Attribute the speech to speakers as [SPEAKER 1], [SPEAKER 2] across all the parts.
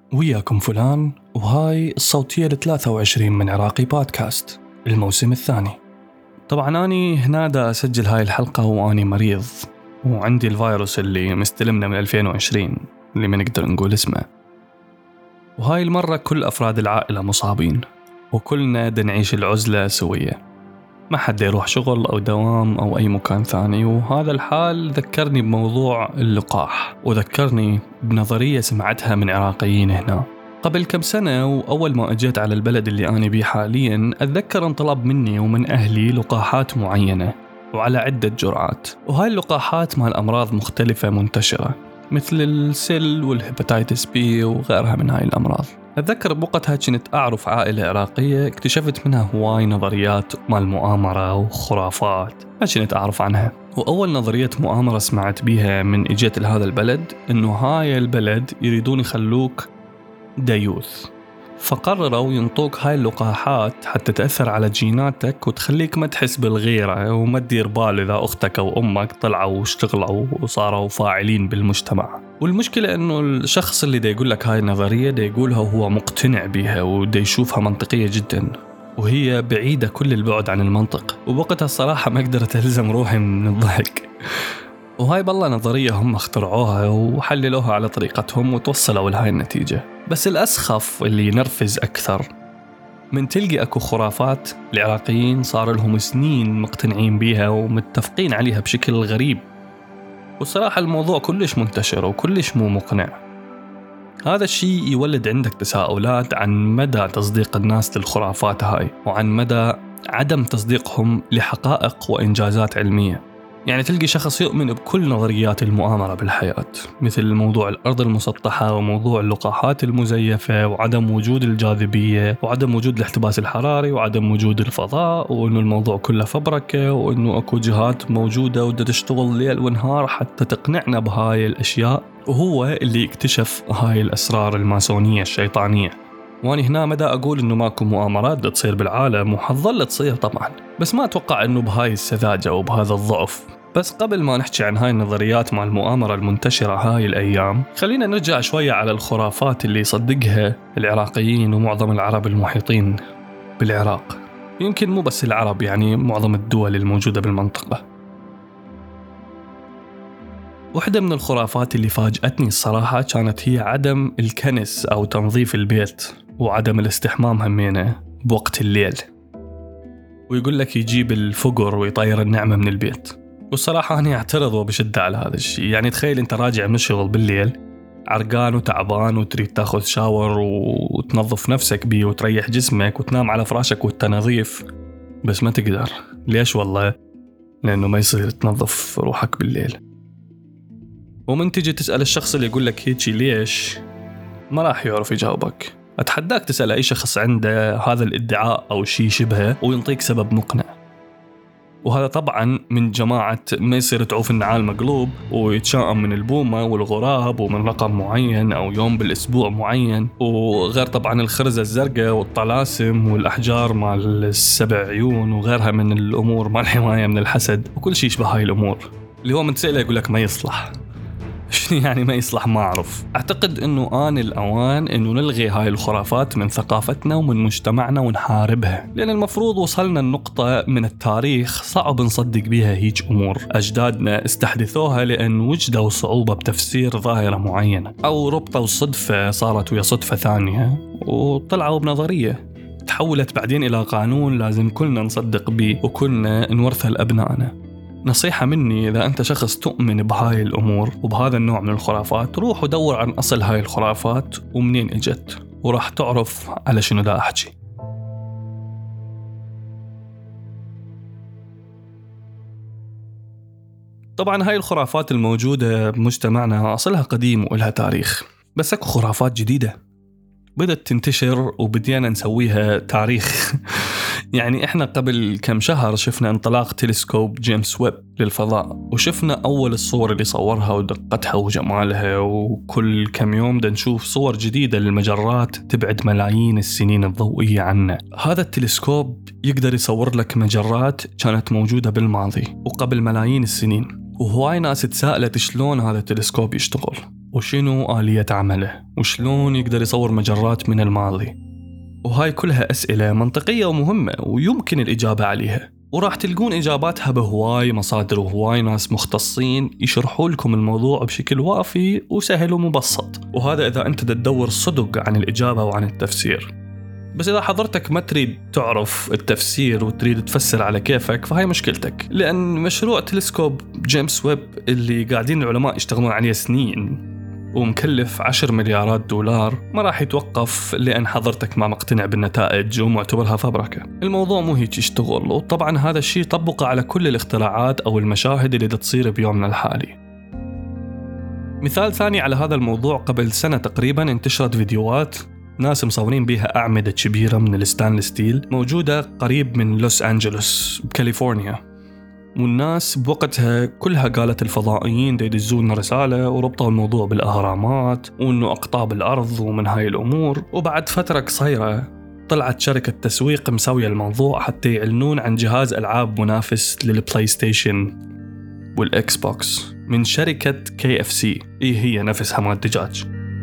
[SPEAKER 1] وياكم فلان، وهاي الصوتية 23 من عراقي بودكاست الموسم الثاني. طبعا أني هنا دا أسجل هاي الحلقة وأني مريض، وعندي الفيروس اللي مستلمنا من 2020 اللي ما نقدر نقول اسمه. وهاي المرة كل أفراد العائلة مصابين، وكلنا دا نعيش العزلة سوية، ما حد يروح شغل أو دوام أو أي مكان ثاني. وهذا الحال ذكرني بموضوع اللقاح، وذكرني بنظرية سمعتها من عراقيين هنا قبل كم سنة. وأول ما أجيت على البلد اللي أنا بيه حاليا أتذكر انطلب مني ومن أهلي لقاحات معينة وعلى عدة جرعات، وهاي اللقاحات مع الأمراض مختلفة منتشرة مثل السل والهيباتيتس بي وغيرها من هاي الأمراض. أتذكر بوقتها كنت أعرف عائلة عراقية اكتشفت منها هواي نظريات مال مؤامرة وخرافات ما كنت أعرف عنها. وأول نظرية مؤامرة سمعت بيها من إجيت لهذا البلد إنه هاي البلد يريدون يخلوك ديوث، فقرروا ينطوك هاي اللقاحات حتى تأثر على جيناتك وتخليك ما تحس بالغيرة وما تدير بال إذا أختك أو أمك طلعوا واشتغلوا وصاروا فاعلين بالمجتمع. والمشكلة إنه الشخص اللي دا يقول لك هاي النظرية دا يقولها وهو مقتنع بها ودا يشوفها منطقية جدا، وهي بعيدة كل البعد عن المنطق. وبوقتها الصراحة ما قدرت ألزم روحي من الضحك. وهاي بالله نظرية هم اخترعوها وحللوها على طريقتهم وتوصلوا لهاي النتيجة. بس الأسخف اللي ينرفز أكثر من تلقي أكو خرافات العراقيين صار لهم سنين مقتنعين بيها ومتفقين عليها بشكل غريب، والصراحة الموضوع كلش منتشر وكلش مو مقنع. هذا الشيء يولد عندك تساؤلات عن مدى تصديق الناس للخرافات هاي، وعن مدى عدم تصديقهم لحقائق وإنجازات علمية. يعني تلقي شخص يؤمن بكل نظريات المؤامرة بالحياة، مثل موضوع الأرض المسطحة وموضوع اللقاحات المزيفة وعدم وجود الجاذبية وعدم وجود الاحتباس الحراري وعدم وجود الفضاء، وإنه الموضوع كله فبركة، وإنه أكو جهات موجودة وده تشتغل ليل ونهار حتى تقنعنا بهاي الأشياء، وهو اللي اكتشف هاي الأسرار الماسونية الشيطانية. وأنا هنا مدى أقول إنه ماكو مؤامرات تصير بالعالم وحظل تصير طبعا، بس ما أتوقع إنه بهاي السذاجة وبهذا الضعف. بس قبل ما نحكي عن هاي النظريات مع المؤامرة المنتشرة هاي الأيام، خلينا نرجع شوية على الخرافات اللي يصدقها العراقيين ومعظم العرب المحيطين بالعراق. يمكن مو بس العرب، يعني معظم الدول الموجودة بالمنطقة. واحدة من الخرافات اللي فاجأتني الصراحة كانت هي عدم الكنس أو تنظيف البيت وعدم الاستحمام همينة بوقت الليل، ويقول لك يجيب الفقر ويطير النعمة من البيت. والصراحة أنا أعترض وبشدة على هذا الشيء. يعني تخيل أنت راجع من الشغل بالليل عرقان وتعبان وتريد تاخذ شاور وتنظف نفسك بيه وتريح جسمك وتنام على فراشك وانت نظيف، بس ما تقدر. ليش؟ والله لأنه ما يصير تنظف روحك بالليل. ومن تيجي تسأل الشخص اللي يقول لك هيك ليش، ما راح يعرف يجاوبك. أتحداك تسأل أي شخص عنده هذا الادعاء أو شيء شبهه وينطيك سبب مقنع. وهذا طبعا من جماعة ما يصير تعوف النعال مقلوب ويتشائم من البومة والغراب ومن رقم معين أو يوم بالأسبوع معين، وغير طبعا الخرزة الزرقاء والطلاسم والأحجار مال السبع عيون وغيرها من الأمور مال الحماية من الحسد وكل شيء شبه هاي الأمور، اللي هو من تسأله يقول لك ما يصلح. شنو يعني ما يصلح؟ ما أعرف. أعتقد أنه آن الأوان أنه نلغي هاي الخرافات من ثقافتنا ومن مجتمعنا ونحاربها، لأن المفروض وصلنا النقطة من التاريخ صعب نصدق بيها هيج أمور. أجدادنا استحدثوها لأن وجدوا صعوبة بتفسير ظاهرة معينة، أو ربطوا صدفة صارت ويا صدفة ثانية وطلعوا بنظرية تحولت بعدين إلى قانون لازم كلنا نصدق بيه وكلنا نورثه لأبنائنا. نصيحة مني، إذا أنت شخص تؤمن بهاي الأمور وبهذا النوع من الخرافات، روح ودور عن أصل هاي الخرافات ومنين إجت، وراح تعرف على شنو دا أحكي. طبعا هاي الخرافات الموجودة بمجتمعنا أصلها قديم وإلها تاريخ، بس أكو خرافات جديدة بدأت تنتشر وبدينا نسويها تاريخ. يعني إحنا قبل كم شهر شفنا انطلاق تلسكوب جيمس ويب للفضاء، وشفنا أول الصور اللي صورها ودقتها وجمالها، وكل كم يوم دا نشوف صور جديدة للمجرات تبعد ملايين السنين الضوئية عنا. هذا التلسكوب يقدر يصور لك مجرات كانت موجودة بالماضي وقبل ملايين السنين، وهواي ناس تساءلت شلون هذا التلسكوب يشتغل وشنو آلية عمله وشلون يقدر يصور مجرات من الماضي. وهاي كلها أسئلة منطقية ومهمة ويمكن الإجابة عليها، وراح تلقون إجاباتها بهواي مصادر وهواي ناس مختصين يشرحوا لكم الموضوع بشكل وافي وسهل ومبسط، وهذا إذا أنت تدور صدق عن الإجابة وعن التفسير. بس إذا حضرتك ما تريد تعرف التفسير وتريد تفسر على كيفك فهاي مشكلتك، لأن مشروع تلسكوب جيمس ويب اللي قاعدين العلماء يشتغلون عليه سنين ومكلف 10 مليارات دولار ما راح يتوقف لأن حضرتك ما مقتنع بالنتائج ومعتبرها فبركة. الموضوع مو هيك يشتغل، وطبعا هذا الشيء طبقه على كل الاختراعات أو المشاهد اللي تصير بيومنا الحالي. مثال ثاني على هذا الموضوع، قبل سنة تقريبا انتشرت فيديوهات ناس مصورين بيها أعمدة كبيرة من الستانلس ستيل موجودة قريب من لوس أنجلوس بكاليفورنيا، والناس بوقتها كلها قالت الفضائيين يدزون رسالة وربطوا الموضوع بالأهرامات وإنه أقطاب الأرض ومن هاي الأمور. وبعد فترة قصيرة طلعت شركة تسويق مسوية الموضوع حتى يعلنون عن جهاز ألعاب منافس للبلاي ستيشن والإكس بوكس من شركة KFC، هي نفسها مال الدجاج.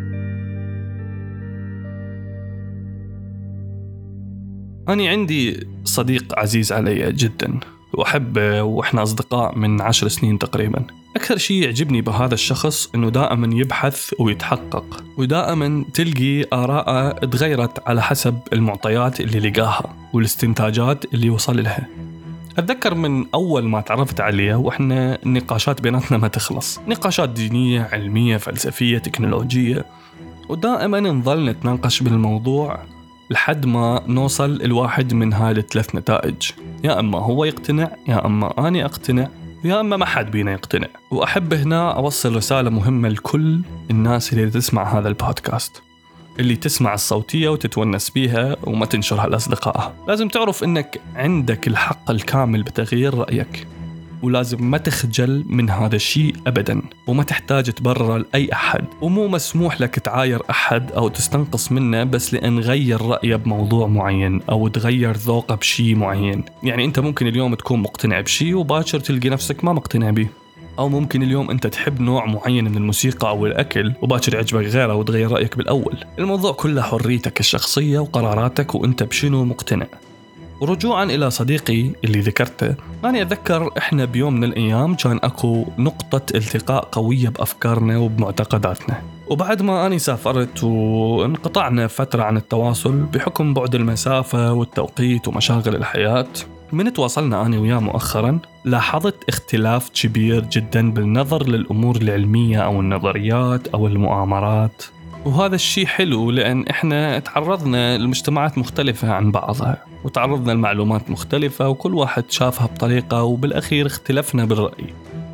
[SPEAKER 1] أنا عندي صديق عزيز علي جدا وأحبه وإحنا أصدقاء من 10 سنين تقريبا. أكثر شيء يعجبني بهذا الشخص إنه دائما يبحث ويتحقق، ودائما تلقي آراءه تغيرت على حسب المعطيات اللي لقاها والاستنتاجات اللي وصل لها. أتذكر من أول ما تعرفت عليه وإحنا النقاشات بيناتنا ما تخلص، نقاشات دينية علمية فلسفية تكنولوجية، ودائما نظل نتناقش بالموضوع لحد ما نوصل الواحد من هاي الثلاث نتائج، يا أما هو يقتنع يا أما أنا أقتنع يا أما ما حد بينا يقتنع. وأحب هنا أوصل رسالة مهمة لكل الناس اللي تسمع هذا البودكاست، اللي تسمع الصوتية وتتونس بيها وما تنشرها لأصدقائها. لازم تعرف إنك عندك الحق الكامل بتغيير رأيك، ولازم ما تخجل من هذا الشيء أبداً، وما تحتاج تبرر لأي أحد، ومو مسموح لك تعاير أحد أو تستنقص منه بس لأن غير رأيه بموضوع معين أو تغير ذوقه بشيء معين. يعني أنت ممكن اليوم تكون مقتنع بشيء وباكر تلقي نفسك ما مقتنع به، أو ممكن اليوم أنت تحب نوع معين من الموسيقى أو الأكل وباكر يعجبك غيره وتغير رأيك بالأول. الموضوع كله حريتك الشخصية وقراراتك وأنت بشنو مقتنع. ورجوعاً إلى صديقي اللي ذكرته، أنا أتذكر إحنا بيوم من الأيام كان أكو نقطة التقاء قوية بأفكارنا وبمعتقداتنا، وبعد ما أنا سافرت وانقطعنا فترة عن التواصل بحكم بعد المسافة والتوقيت ومشاغل الحياة، من تواصلنا أنا وياه مؤخراً لاحظت اختلاف كبير جداً بالنظر للأمور العلمية أو النظريات أو المؤامرات. وهذا الشيء حلو لأن إحنا تعرضنا لمجتمعات مختلفة عن بعضها وتعرضنا لمعلومات مختلفة وكل واحد شافها بطريقة، وبالأخير اختلفنا بالرأي،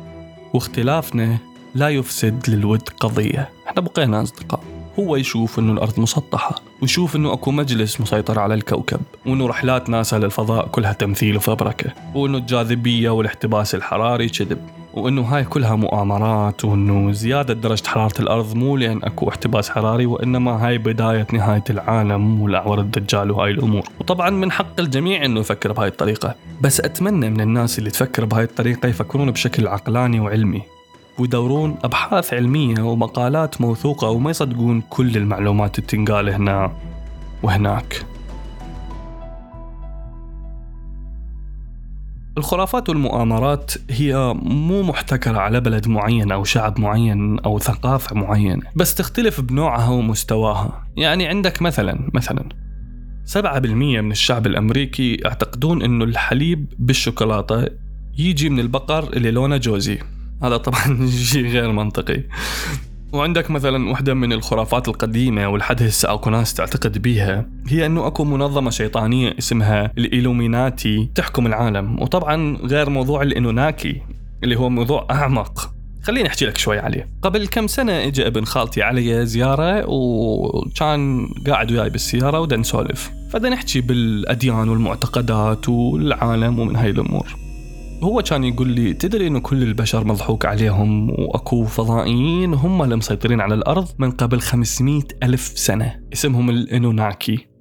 [SPEAKER 1] واختلافنا لا يفسد للود قضية. إحنا بقينا أصدقاء. هو يشوف إنه الأرض مسطحة، ويشوف إنه أكو مجلس مسيطر على الكوكب، وإنه رحلات ناسا للفضاء كلها تمثيل وفبركة، وإنه الجاذبية والاحتباس الحراري كذب، وإنه هاي كلها مؤامرات، وإنه زيادة درجة حرارة الأرض مو لأن أكو احتباس حراري وإنما هاي بداية نهاية العالم والأعور الدجال وهاي الأمور. وطبعا من حق الجميع إنه يفكر بهاي الطريقة، بس أتمنى من الناس اللي تفكر بهاي الطريقة يفكرون بشكل عقلاني وعلمي، ويدورون أبحاث علمية ومقالات موثوقة، وما يصدقون كل المعلومات اللي تنقال هنا وهناك. الخرافات والمؤامرات هي مو محتكرة على بلد معين أو شعب معين أو ثقافة معينة، بس تختلف بنوعها ومستواها. يعني عندك مثلا 7% من الشعب الأمريكي يعتقدون إنه الحليب بالشوكولاتة يجي من البقر اللي لونه جوزي. هذا طبعا شيء غير منطقي. وعندك مثلا واحدة من الخرافات القديمة والحد هسه أكو ناس تعتقد بيها، هي أنه أكو منظمة شيطانية اسمها الإيلوميناتي تحكم العالم. وطبعا غير موضوع الإنوناكي اللي هو موضوع أعمق، خليني أحكي لك شوي عليه. قبل كم سنة إجا ابن خالتي علي زيارة، وكان قاعد وياي بالسيارة ودنا نسولف، فدنا نحكي بالأديان والمعتقدات والعالم ومن هاي الأمور. هو كان يقول لي تدري إنه كل البشر مضحوك عليهم، وأكو فضائيين هم اللي مسيطرين على الأرض من قبل 500,000 سنة اسمهم الإنوناكي.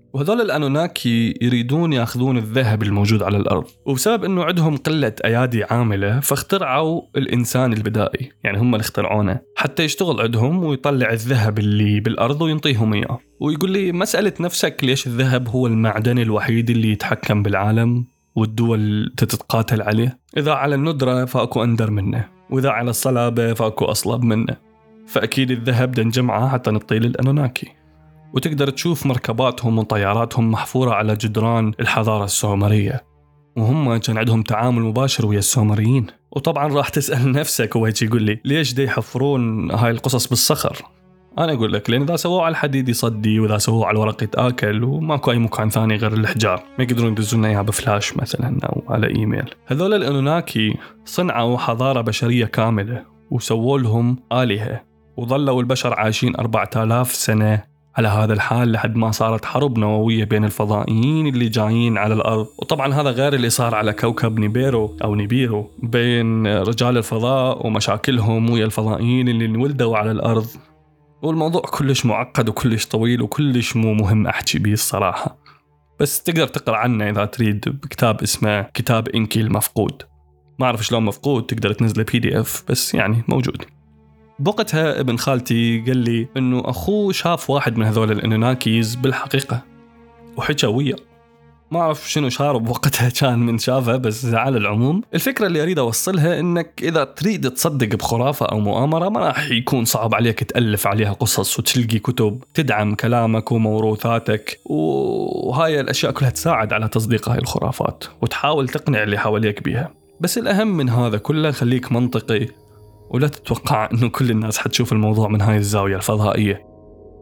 [SPEAKER 1] وهذول الأنوناكي يريدون يأخذون الذهب الموجود على الأرض، وبسبب أنه عندهم قلة أيادي عاملة فاخترعوا الإنسان البدائي، يعني هم اللي اخترعونه حتى يشتغل عندهم ويطلع الذهب اللي بالأرض وينطيهم إياه. ويقول لي مسألة نفسك ليش الذهب هو المعدن الوحيد اللي يتحكم بالعالم والدول تتقاتل عليه؟ إذا على الندرة فأكو أندر منه، وإذا على الصلابة فأكو أصلب منه، فأكيد الذهب دنجمعه حتى نطيل الأنوناكي. وتقدر تشوف مركباتهم وطياراتهم محفورة على جدران الحضارة السومرية، وهم كان عندهم تعامل مباشر ويا السومريين. وطبعا راح تسأل نفسك وهيك يقول لي ليش دي يحفرون هاي القصص بالصخر؟ أنا أقول لك لأن إذا سووه على الحديد يصدي، وإذا سووه على الورق يتآكل، وماكو أي مكان ثاني غير الحجار، ما يقدرون يدزون إياها بفلاش مثلا أو على إيميل. هذول الأنوناكي صنعوا حضارة بشرية كاملة وسووا لهم آلهة، وظلوا البشر عايشين 4000 سنة على هذا الحال لحد ما صارت حرب نووية بين الفضائيين اللي جايين على الأرض. وطبعا هذا غير اللي صار على كوكب نيبيرو أو نيبيرو بين رجال الفضاء ومشاكلهم ويا الفضائيين اللي انولدوا على الأرض. والموضوع كلش معقد وكلش طويل وكلش مو مهم أحكي بيه الصراحة، بس تقدر تقرأ عنه إذا تريد بكتاب اسمه كتاب إنكي المفقود. ما أعرف شلون مفقود، تقدر تنزله PDF بس يعني موجود. بوقتها ابن خالتي قال لي إنه أخوه شاف واحد من هذول الأنوناكيز بالحقيقة وحكى وياه. ما أعرف شنو شارب بوقتها كان من شافه، بس على العموم الفكرة اللي أريد أوصلها إنك إذا تريد تصدق بخرافة أو مؤامرة ما راح يكون صعب عليك تألف عليها قصص وتلقي كتب تدعم كلامك وموروثاتك، وهاي الأشياء كلها تساعد على تصديق هاي الخرافات وتحاول تقنع اللي حواليك بيها. بس الأهم من هذا كله خليك منطقي، ولا تتوقع إنه كل الناس حتشوف الموضوع من هاي الزاوية الفضائية.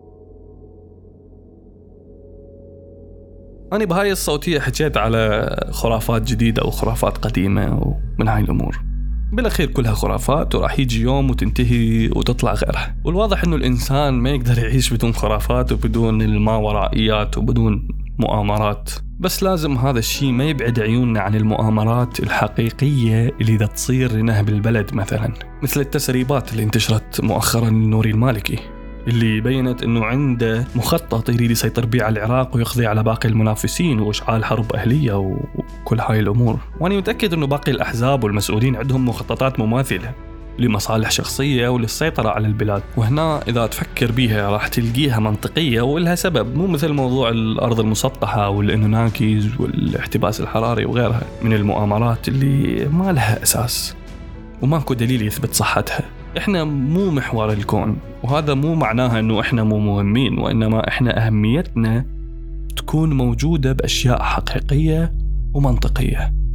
[SPEAKER 1] أنا بهاي الصوتية حكيت على خرافات جديدة أو خرافات قديمة ومن هاي الأمور، بالأخير كلها خرافات وراح يجي يوم وتنتهي وتطلع غيرها. والواضح إنه الإنسان ما يقدر يعيش بدون خرافات وبدون الماورائيات وبدون مؤامرات، بس لازم هذا الشيء ما يبعد عيوننا عن المؤامرات الحقيقية اللي دا تصير لنهب البلد، مثلا مثل التسريبات اللي انتشرت مؤخرا لنوري المالكي اللي بينت أنه عنده مخطط يريد يسيطر بيه على العراق ويقضي على باقي المنافسين وإشعال حرب أهلية وكل هاي الأمور. وأنا متأكد أنه باقي الأحزاب والمسؤولين عندهم مخططات مماثلة لمصالح شخصية وللسيطرة على البلاد، وهنا إذا تفكر بيها راح تلقيها منطقية ولها سبب، مو مثل موضوع الأرض المسطحة والإنوناكيز والاحتباس الحراري وغيرها من المؤامرات اللي ما لها أساس وماكو دليل يثبت صحتها. إحنا مو محور الكون، وهذا مو معناها أنه إحنا مو مهمين، وإنما إحنا أهميتنا تكون موجودة بأشياء حقيقية ومنطقية.